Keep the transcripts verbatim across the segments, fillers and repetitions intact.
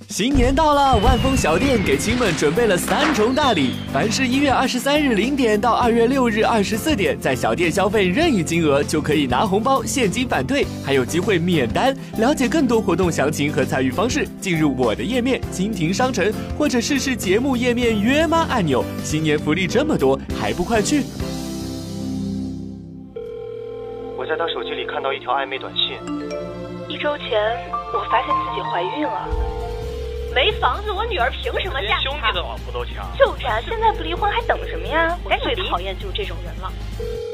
新年到了，万丰小店给亲们准备了三重大礼。凡是一月二十三日零点到二月六日二十四点，在小店消费任意金额就可以拿红包、现金返兑，还有机会免单。了解更多活动详情和参与方式，进入我的页面蜻蜓商城，或者试试节目页面约吗按钮。新年福利这么多，还不快去！ 我在他手机里看到一条暧昧短信。 一周前，我发现自己怀孕了。没房子，我女儿凭什么嫁给他？ 连兄弟的老婆都抢。 就是啊，现在不离婚还等什么呀？我最讨厌就是这种人了。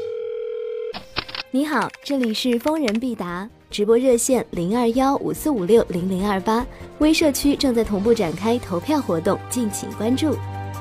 你好，这里是疯人必答直播热线零二幺五四五六零零二八，微社区正在同步展开投票活动，敬请关注。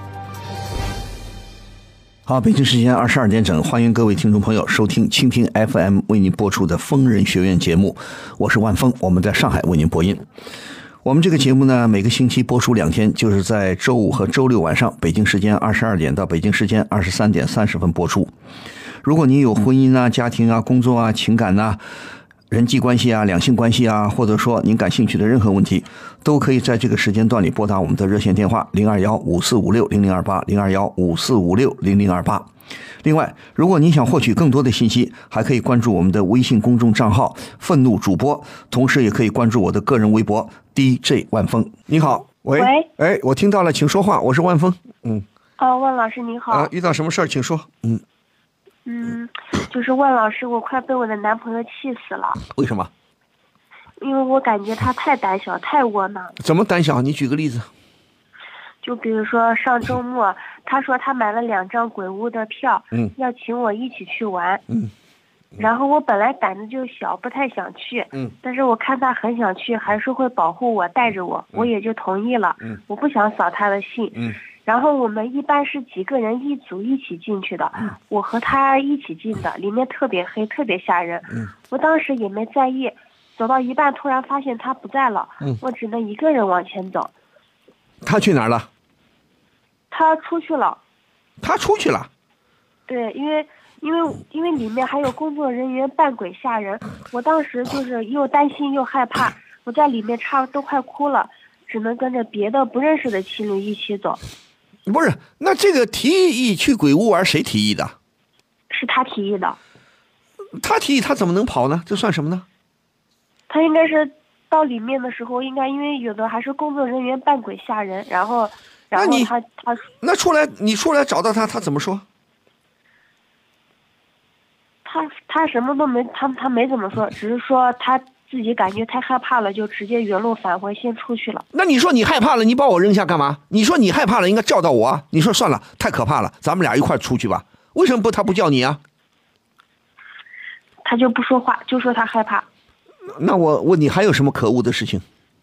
好，北京时间二十二点整，欢迎各位听众朋友收听蜻蜓 F M 为您播出的疯人学院节目，我是万峰，我们在上海为您播音。我们这个节目呢，每个星期播出两天，就是在周五和周六晚上，北京时间二十二点到北京时间二十三点三十分播出。如果您有婚姻啊、家庭啊、工作啊、情感啊、人际关系啊、两性关系啊，或者说您感兴趣的任何问题，都可以在这个时间段里拨打我们的热线电话零二幺五四五六零零二八零二幺五四五六零零二八。另外，如果您想获取更多的信息，还可以关注我们的微信公众账号愤怒主播，同时也可以关注我的个人微博 D J 万峰。你好，喂， 喂， 哎，我听到了，请说话，我是万峰。嗯， 哦，万老师你好。 啊，遇到什么事儿，请说。嗯嗯，就是万老师，我快被我的男朋友气死了。 为什么？ 因为我感觉他太胆小，太窝囊。 怎么胆小？你举个例子。 就比如说上周末，他说他买了两张鬼屋的票， 嗯， 要请我一起去玩， 嗯， 然后我本来胆子就小，不太想去， 嗯， 但是我看他很想去，还是会保护我，带着我， 嗯、 我也就同意了， 嗯， 我不想扫他的兴， 嗯， 然后我们一般是几个人一组一起进去的，嗯、我和他一起进的，里面特别黑，特别吓人， 嗯， 我当时也没在意，走到一半突然发现他不在了， 嗯， 我只能一个人往前走。 他去哪儿了？ 他出去了。 他出去了。 对，因为因为因为里面还有工作人员扮鬼吓人，我当时就是又担心又害怕，我在里面差都快哭了，只能跟着别的不认识的情侣一起走。 不是，那这个提议去鬼屋玩谁提议的？ 是他提议的。 他提议，他怎么能跑呢？这算什么呢？ 他应该是到里面的时候，应该因为有的还是工作人员扮鬼吓人，然后。然后他他那出来，你出来找到他，他怎么说？ 他他什么都没，他他没怎么说，只是说他自己感觉太害怕了，就直接原路返回，先出去了。 那你说你害怕了，你把我扔下干嘛？你说你害怕了，应该叫到我啊！你说算了，太可怕了，咱们俩一块出去吧。为什么不他不叫你啊？ 他就不说话，就说他害怕。 那我问你，还有什么可恶的事情？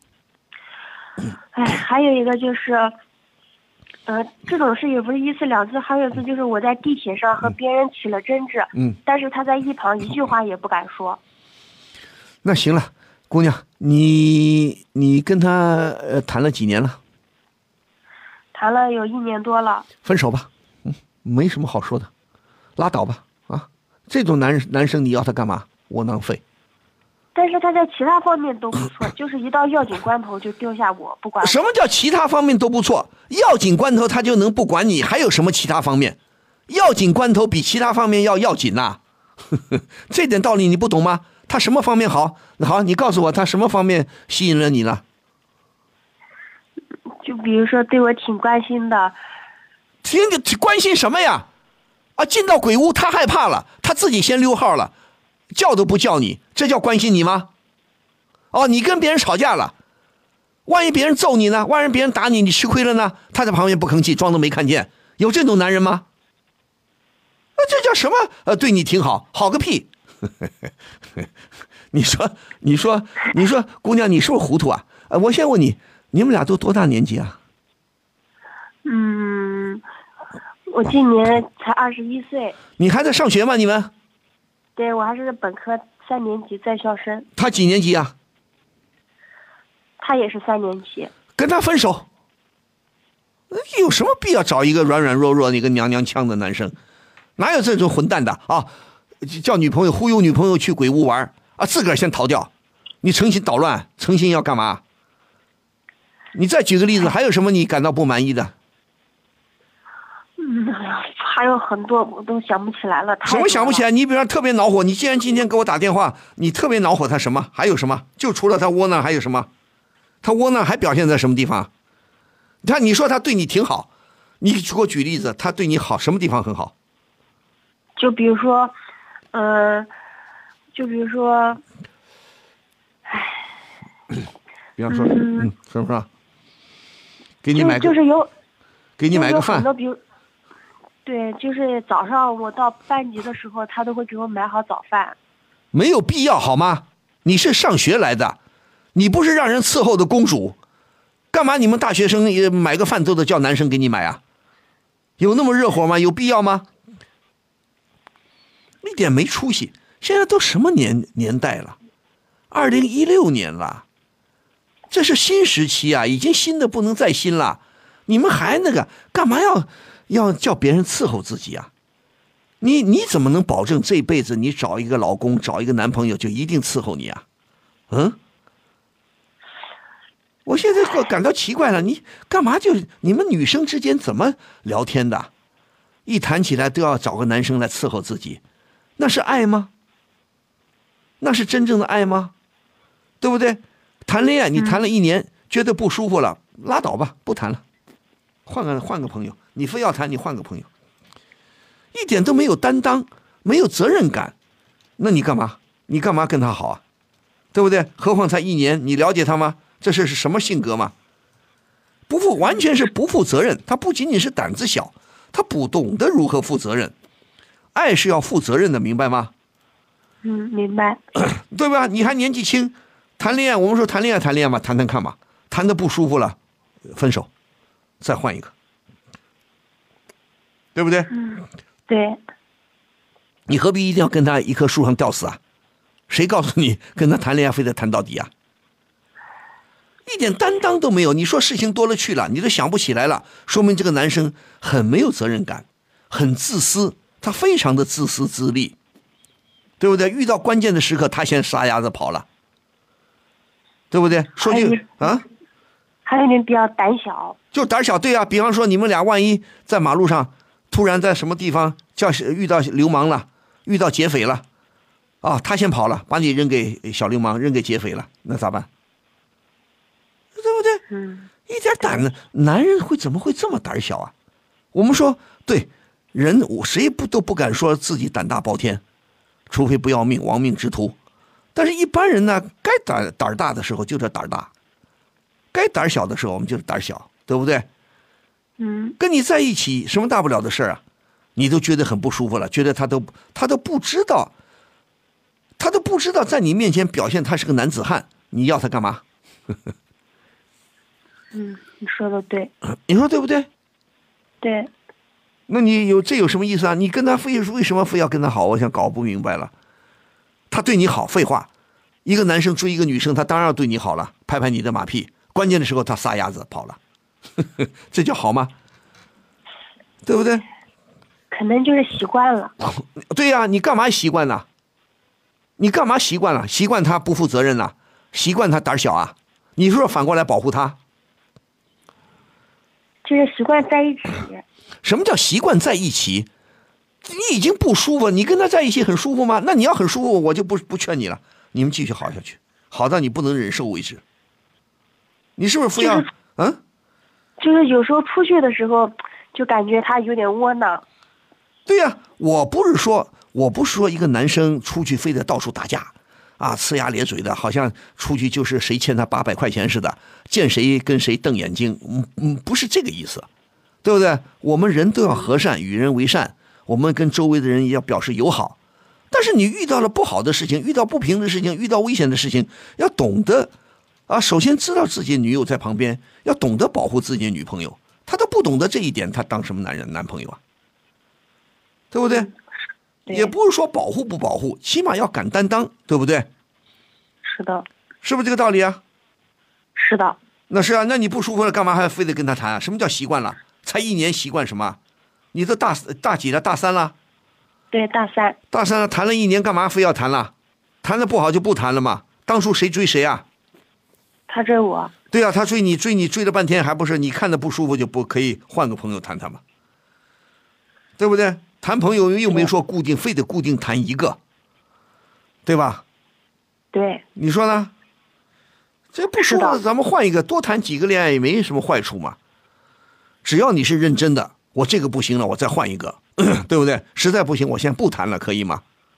哎，还有一个就是。呃，这种事也不是一次两次，还有一次就是我在地铁上和别人起了争执， 嗯， 但是他在一旁一句话也不敢说。 那行了，姑娘，你你跟他呃谈了几年了？ 谈了有一年多了。分手吧，嗯，没什么好说的，拉倒吧啊！这种男男生你要他干嘛？窝囊废。 但是他在其他方面都不错，就是一到要紧关头就丢下我不管我。 什么叫其他方面都不错？要紧关头他就能不管你，还有什么其他方面？要紧关头比其他方面要要紧呐、啊，这点道理你不懂吗？他什么方面好？那好，你告诉我他什么方面吸引了你了？ 就比如说对我挺关心的。 挺关心什么呀？啊，进到鬼屋他害怕了，他自己先溜号了。叫都不叫你，这叫关心你吗？哦，你跟别人吵架了，万一别人揍你呢？万一别人打你，你吃亏了呢？他在旁边不吭气，装作没看见，有这种男人吗？那这叫什么？呃，对你挺好，好个屁！你说，你说，你说，姑娘，你是不是糊涂啊？呃，我先问你，你们俩都多大年纪啊？ 嗯，我今年才二十一岁。 你还在上学吗？你们？ 对，我还是本科三年级在校生。 他几年级啊？ 他也是三年级。 跟他分手。有什么必要找一个软软弱弱、那个娘娘腔的男生？哪有这种混蛋的啊？叫女朋友忽悠女朋友去鬼屋玩啊，自个儿先逃掉。你诚心捣乱，诚心要干嘛？ 你再举个例子，还有什么你感到不满意的？ 嗯，还有很多我都想不起来了。 什么想不起来？你比方特别恼火，你既然今天给我打电话，你特别恼火他什么？还有什么？就除了他窝囊还有什么？他窝囊还表现在什么地方？他你说他对你挺好，你给我举例子，他对你好什么地方很好？ 就比如说，嗯、呃，就比如说，唉， 比方说，嗯，嗯说不说？给你买个， 就就是有， 给你买个饭。 比如，对，就是早上我到班级的时候，他都会给我买好早饭。 没有必要好吗？你是上学来的，你不是让人伺候的公主，干嘛你们大学生也买个饭都得叫男生给你买啊？有那么热火吗？有必要吗？一点没出息。现在都什么年年代了？二零一六年了，这是新时期啊，已经新的不能再新了。你们还那个干嘛要要叫别人伺候自己啊？你你怎么能保证这辈子你找一个老公找一个男朋友就一定伺候你啊？嗯，我现在感到奇怪了，你干嘛就你们女生之间怎么聊天的？一谈起来都要找个男生来伺候自己，那是爱吗？那是真正的爱吗？对不对？谈恋爱你谈了一年，嗯、觉得不舒服了，拉倒吧，不谈了，换个换个朋友。你非要谈，你换个朋友。一点都没有担当，没有责任感，那你干嘛？你干嘛跟他好啊？对不对？何况才一年，你了解他吗？这是是什么性格吗？不负，完全是不负责任。他不仅仅是胆子小，他不懂得如何负责任。爱是要负责任的，明白吗？ 嗯，明白。 对吧？你还年纪轻，谈恋爱，我们说谈恋爱谈恋爱嘛，谈谈看吧，谈得不舒服了，分手，再换一个，对不对？ 嗯，对。 你何必一定要跟他一棵树上吊死啊？谁告诉你跟他谈恋爱非得谈到底啊？一点担当都没有。你说事情多了去了，你都想不起来了，说明这个男生很没有责任感，很自私，他非常的自私自利，对不对？遇到关键的时刻，他先撒丫子跑了，对不对？说句啊， 还有点比较胆小， 就胆小，对啊。比方说你们俩万一在马路上突然在什么地方叫遇到流氓了，遇到劫匪了，啊，他先跑了，把你扔给小流氓，扔给劫匪了，那咋办？对不对？ 嗯， 一点胆子，男人会怎么会这么胆小啊？我们说对，人我谁不都不敢说自己胆大包天，除非不要命亡命之徒。但是一般人呢，该胆胆大的时候就是胆大，该胆小的时候我们就是胆小，对不对？ 嗯， 跟你在一起什么大不了的事啊？你都觉得很不舒服了，觉得他都他都不知道，他都不知道在你面前表现他是个男子汉，你要他干嘛？ 嗯，你说的对， 你说对不对？ 对。 那你有这有什么意思啊？你跟他非为什么非要跟他好？我想搞不明白了。他对你好，废话，一个男生追一个女生，他当然要对你好了，拍拍你的马屁。关键的时候他撒丫子跑了，呵呵，这叫好吗？对不对？ 可能就是习惯了。 对呀、啊，你干嘛习惯呢？你干嘛习惯了？习惯他不负责任呢？习惯他胆小啊？你说反过来保护他？ 就是习惯在一起。 什么叫习惯在一起？你已经不舒服，你跟他在一起很舒服吗？那你要很舒服，我就不不劝你了。你们继续好下去，好到你不能忍受为止。你是不是非要？ 就是、 嗯？ 就是有时候出去的时候，就感觉他有点窝囊。 对呀、啊，我不是说，我不是说一个男生出去非得到处打架，啊，呲牙咧嘴的，好像出去就是谁欠他八百块钱似的，见谁跟谁瞪眼睛，嗯嗯，不是这个意思。对不对？我们人都要和善，与人为善，我们跟周围的人也要表示友好。但是你遇到了不好的事情，遇到不平的事情，遇到危险的事情，要懂得啊，首先知道自己女友在旁边，要懂得保护自己的女朋友。他都不懂得这一点，他当什么男人男朋友啊？对不对？ 对， 也不是说保护不保护，起码要敢担当，对不对？ 是的。 是不是这个道理啊？ 是的。 那是啊，那你不舒服了，干嘛还非得跟他谈啊？什么叫习惯了？才一年习惯什么？你都大大几了？大三了？ 对，大三。 大三了，谈了一年，干嘛非要谈了？谈的不好就不谈了嘛。当初谁追谁啊？ 他追我。 对啊，他追你追你追了半天，还不是你看着不舒服就不可以换个朋友谈谈吗？对不对？谈朋友又没说固定，非得固定谈一个，对吧？ 对， 你说呢？这不说了，咱们换一个，多谈几个恋爱也没什么坏处嘛。只要你是认真的，我这个不行了，我再换一个，对不对？实在不行，我先不谈了，可以吗？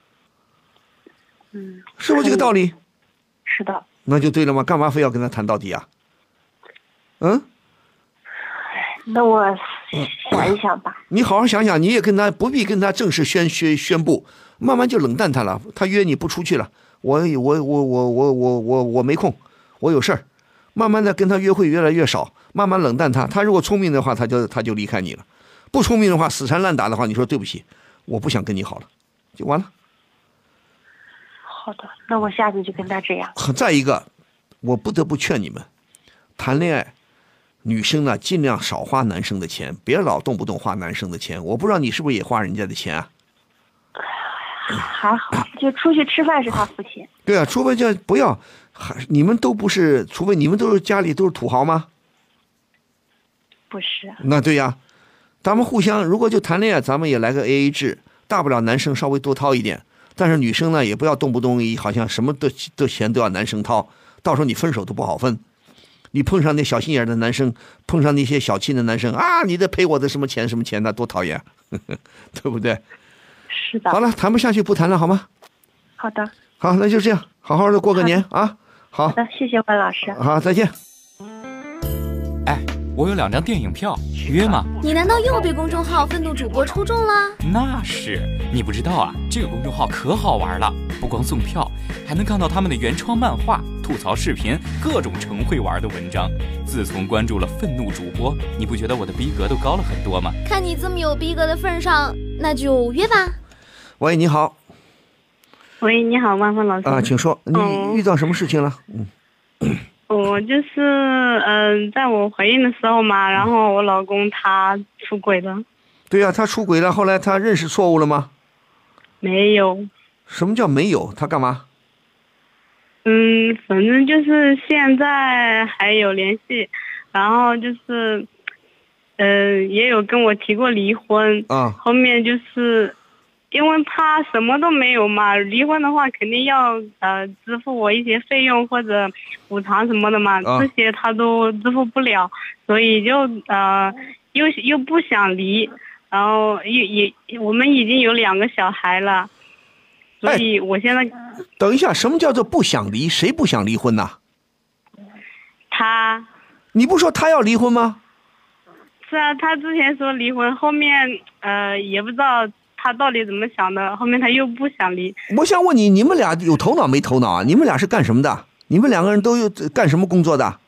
嗯， 是不是这个道理？ 是的。 那就对了吗？干嘛非要跟他谈到底啊？嗯？ 那我想一想吧。 你好好想想，你也跟他不必跟他正式宣宣宣布，慢慢就冷淡他了。他约你不出去了，我我我我我我我我没空，我有事儿。慢慢的跟他约会越来越少，慢慢冷淡他。他如果聪明的话，他就他就离开你了；不聪明的话，死缠烂打的话，你说对不起，我不想跟你好了，就完了。 好的，那我下次就跟他这样。 再一个，我不得不劝你们，谈恋爱，女生呢尽量少花男生的钱，别老动不动花男生的钱。我不知道你是不是也花人家的钱啊？ 还好，就出去吃饭是他付钱。 对啊，除非这不要，还你们都不是，除非你们都是家里都是土豪吗？ 不是。 那对呀，咱们互相如果就谈恋爱，咱们也来个 A A 制，大不了男生稍微多掏一点，但是女生呢也不要动不动好像什么的的钱都要男生掏，到时候你分手都不好分。你碰上那小心眼的男生，碰上那些小气的男生啊，你得赔我的什么钱什么钱，那多讨厌，呵呵，对不对？ 是的。 好了，谈不下去不谈了，好吗？ 好的。 好，那就这样，好好的过个年啊。好。 好的，谢谢万老师。 好，再见。 哎，我有两张电影票，约吗？ 你难道又被公众号愤怒主播抽中了？ 那是，你不知道啊，这个公众号可好玩了，不光送票，还能看到他们的原创漫画、吐槽视频，各种成会玩的文章。自从关注了愤怒主播，你不觉得我的逼格都高了很多吗？ 看你这么有逼格的份上，那就约吧。 喂，你好。 喂，你好，万峰老师。 啊，请说，你遇到什么事情了？嗯。 我就是嗯、呃，在我怀孕的时候嘛，然后我老公他出轨了。 对呀、啊，他出轨了，后来他认识错误了吗？ 没有。 什么叫没有？他干嘛？ 嗯，反正就是现在还有联系，然后就是呃也有跟我提过离婚啊。 后面就是因为他什么都没有嘛，离婚的话肯定要呃支付我一些费用或者补偿什么的嘛， 啊、 这些他都支付不了，所以就呃又又不想离，然后也也我们已经有两个小孩了，所以我现在、哎、 等一下，什么叫做不想离？谁不想离婚呢？ 他。 你不说他要离婚吗？ 是啊，他之前说离婚，后面呃也不知道他到底怎么想的，后面他又不想离。 我想问你，你们俩有头脑没头脑啊？你们俩是干什么的？你们两个人都有干什么工作的？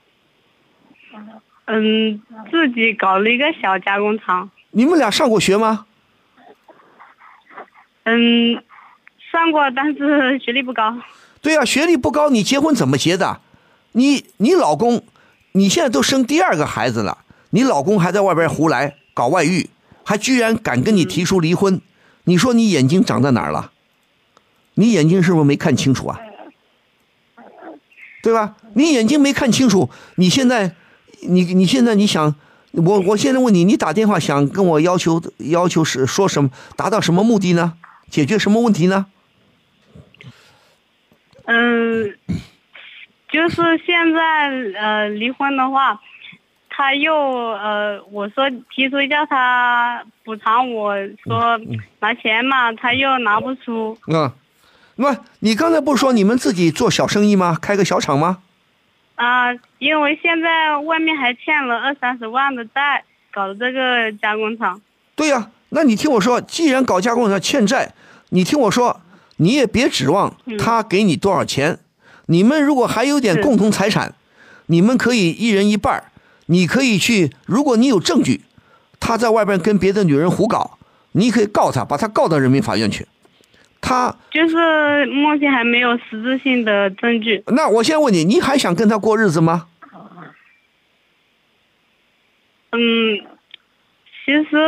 嗯，自己搞了一个小加工厂。 你们俩上过学吗？ 嗯，上过，但是学历不高。 对呀、啊，学历不高，你结婚怎么结的？你你老公，你现在都生第二个孩子了，你老公还在外边胡来搞外遇，还居然敢跟你提出离婚，嗯、你说你眼睛长在哪儿了？你眼睛是不是没看清楚啊？对吧？你眼睛没看清楚，你现在，你你现在你想，我我现在问你，你打电话想跟我要求要求是说什么，达到什么目的呢？解决什么问题呢？ 嗯，就是现在呃离婚的话，他又呃我说提出叫他补偿我说拿钱嘛，他又拿不出。 嗯，那你刚才不是说你们自己做小生意吗？开个小厂吗？ 啊、呃，因为现在外面还欠了二三十万的债，搞这个加工厂。 对呀、啊，那你听我说，既然搞加工厂欠债，你听我说，你也别指望他给你多少钱。嗯、你们如果还有点共同财产，你们可以一人一半。你可以去，如果你有证据，他在外边跟别的女人胡搞，你可以告他，把他告到人民法院去。他就是目前还没有实质性的证据。 那我先问你，你还想跟他过日子吗？ 嗯，其实，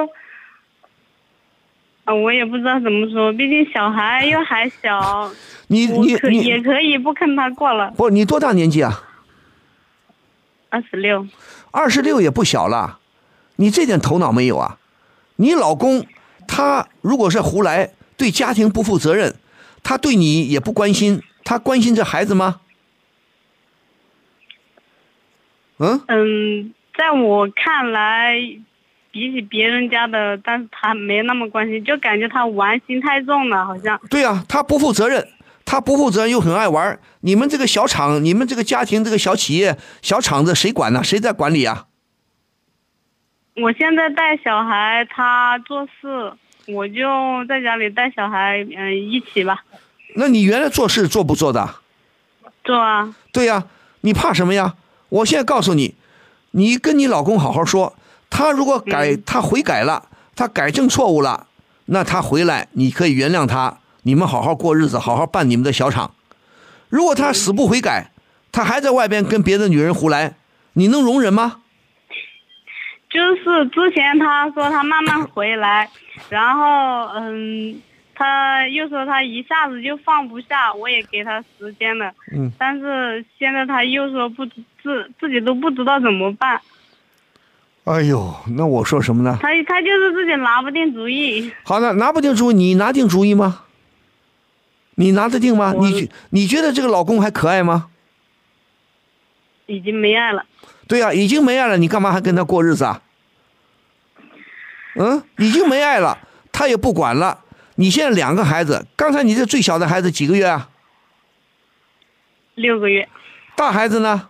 啊，我也不知道怎么说，毕竟小孩又还小， 你你你也可以不跟他过了。 不，你多大年纪啊？ 二十六。 二十六也不小了，你这点头脑没有啊？你老公他如果是胡来，对家庭不负责任，他对你也不关心，他关心这孩子吗？嗯嗯，在我看来，比起别人家的，但是他没那么关心，就感觉他玩心太重了，好像。 对啊，他不负责任，他不负责任又很爱玩。你们这个小厂，你们这个家庭，这个小企业、小厂子，谁管呢？谁在管理啊？ 我现在带小孩，他做事，我就在家里带小孩，嗯，一起吧。 那你原来做事做不做的？ 做啊。 对呀，你怕什么呀？我现在告诉你，你跟你老公好好说，他如果改， 嗯、 他悔改了，他改正错误了，那他回来你可以原谅他，你们好好过日子，好好办你们的小厂。如果他死不悔改，他还在外边跟别的女人胡来，你能容忍吗？ 就是之前他说他慢慢回来，然后嗯，他又说他一下子就放不下，我也给他时间了， 嗯， 但是现在他又说不自自己都不知道怎么办。 哎呦，那我说什么呢？ 他他就是自己拿不定主意。 好的，拿不定主意，你拿定主意吗？你拿得定吗？你你觉得这个老公还可爱吗？ 已经没爱了。 对呀、啊，已经没爱了，你干嘛还跟他过日子啊？嗯，已经没爱了，他也不管了。你现在两个孩子，刚才你这最小的孩子几个月啊？ 六个月。 大孩子呢？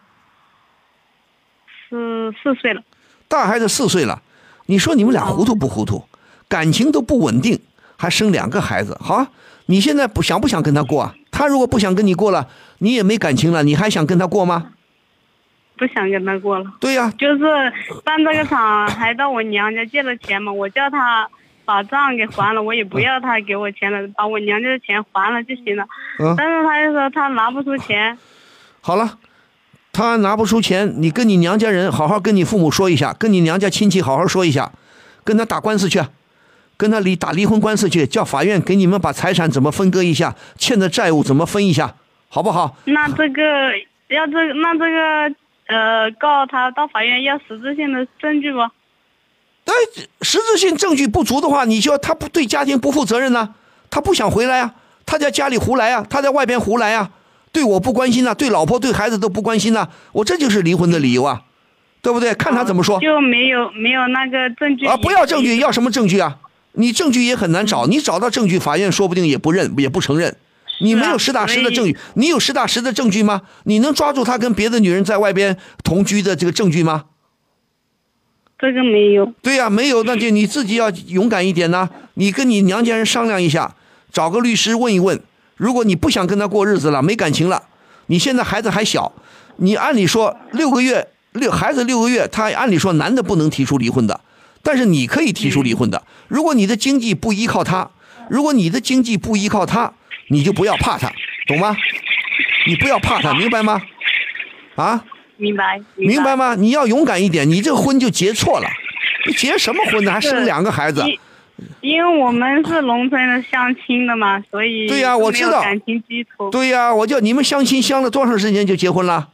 四四岁了。 大孩子四岁了，你说你们俩糊涂不糊涂？感情都不稳定，还生两个孩子，好啊，你现在不想不想跟他过啊？他如果不想跟你过了，你也没感情了，你还想跟他过吗？ 不想跟他过了。 对呀、啊， 就是办这个厂还到我娘家借了钱嘛，我叫他把账给还了，我也不要他给我钱了，把我娘家的钱还了就行了。嗯，但是他就说他拿不出钱。 好了，他拿不出钱，你跟你娘家人好好跟你父母说一下，跟你娘家亲戚好好说一下，跟他打官司去，跟他离打离婚官司去，叫法院给你们把财产怎么分割一下，欠的债务怎么分一下，好不好？ 那这个要这个那这个呃告他到法院要实质性的证据不？ 哎，实质性证据不足的话，你就他不对家庭不负责任呢、啊，他不想回来啊，他在家里胡来啊，他在外边胡来啊，对我不关心啊，对老婆对孩子都不关心啊，我这就是离婚的理由啊，对不对？看他怎么说。 就没有没有那个证据啊？ 不要证据，要什么证据啊？你证据也很难找，你找到证据，法院说不定也不认，也不承认。你没有实打实的证据，你有实打实的证据吗？你能抓住他跟别的女人在外边同居的这个证据吗？ 这个没有。 对呀、啊，没有，那就你自己要勇敢一点呐、啊。你跟你娘家人商量一下，找个律师问一问。如果你不想跟他过日子了，没感情了，你现在孩子还小，你按理说六个月六孩子六个月，他按理说男的不能提出离婚的，但是你可以提出离婚的。如果你的经济不依靠他，如果你的经济不依靠他，你就不要怕他，懂吗？你不要怕他，明白吗？啊？ 明白。 明白，明白吗？你要勇敢一点，你这个婚就结错了，你结什么婚呢？还生两个孩子？ 因为我们是农村的相亲的嘛，所以对呀、啊，我知道感情基础。 对呀、啊，我叫你们相亲相了多长时间就结婚了？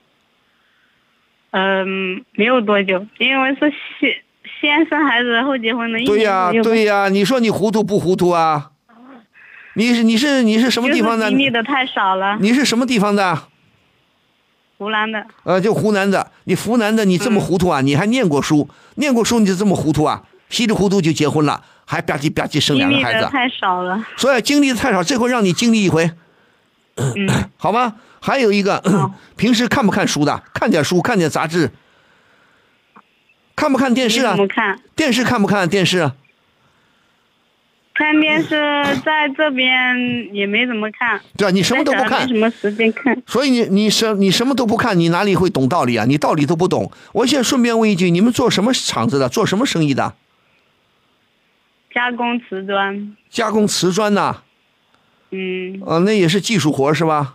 嗯，没有多久，因为是先先生孩子后结婚的。 对呀、啊，对呀、啊，你说你糊涂不糊涂啊？你是你是你是什么地方的？ 经历的太少了。 你是什么地方的？ 湖南的。 呃，就湖南的。你湖南的，你这么糊涂啊？嗯、你还念过书？念过书你就这么糊涂啊？稀里糊涂就结婚了，还吧唧吧唧生两个孩子。 经历的太少了。 所以经历的太少，这回让你经历一回， 嗯， 好吗？还有一个， 哦、 平时看不看书的？看点书，看点杂志。看不看电视啊？ 怎么看？ 电视看不看电视？ 看电视在这边也没怎么看。 对啊，你什么都不看， 没什么时间看。 所以你你什你什么都不看，你哪里会懂道理啊？你道理都不懂。我现在顺便问一句，你们做什么厂子的？做什么生意的？ 加工瓷砖。 加工瓷砖呐、啊？ 嗯。 啊，那也是技术活是吧？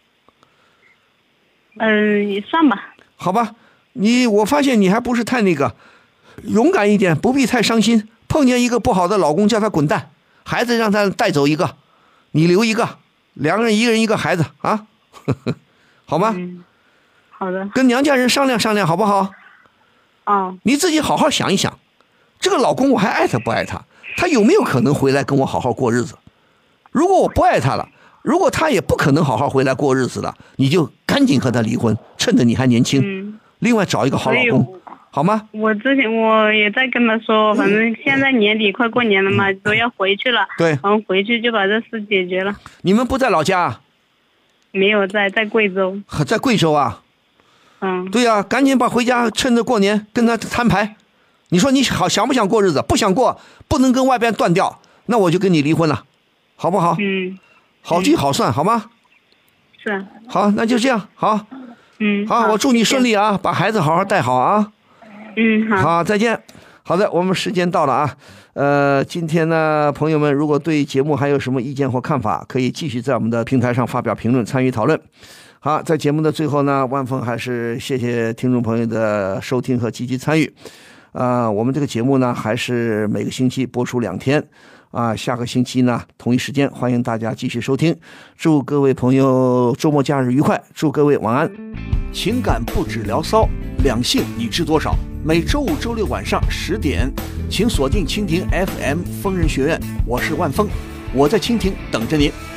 嗯，也算吧。 好吧，你我发现你还不是太那个，勇敢一点，不必太伤心。碰见一个不好的老公，叫他滚蛋，孩子让他带走一个，你留一个，两个人一个人一个孩子啊，呵呵好吗？ 嗯，好。 好的。 跟娘家人商量商量好不好？ 哦。 你自己好好想一想，这个老公我还爱他不爱他？他有没有可能回来跟我好好过日子？如果我不爱他了，如果他也不可能好好回来过日子了，你就赶紧和他离婚，趁着你还年轻。 嗯。 另外找一个好老公，好吗？ 我之前我也在跟他说，反正现在年底快过年了嘛，嗯、都要回去了。 对。 然后回去就把这事解决了。 你们不在老家？ 没有在，在贵州。 在贵州啊？ 嗯。 对呀、啊，赶紧把回家，趁着过年跟他摊牌。你说你好想不想过日子？不想过，不能跟外边断掉，那我就跟你离婚了，好不好？ 嗯。 好聚好散，好吗？ 是。 好，那就这样，好。 嗯。 好，我祝你顺利啊，把孩子好好带好啊。 嗯，好。 好，再见。好的，我们时间到了啊。呃，今天呢，朋友们如果对节目还有什么意见或看法，可以继续在我们的平台上发表评论，参与讨论。好，在节目的最后呢，万峰还是谢谢听众朋友的收听和积极参与。啊、呃，我们这个节目呢，还是每个星期播出两天。啊，下个星期呢，同一时间欢迎大家继续收听。祝各位朋友周末假日愉快，祝各位晚安。情感不止聊骚，两性你知多少？每周五、周六晚上十点，请锁定蜻蜓 F M 疯人学院，我是万峰，我在蜻蜓等着您。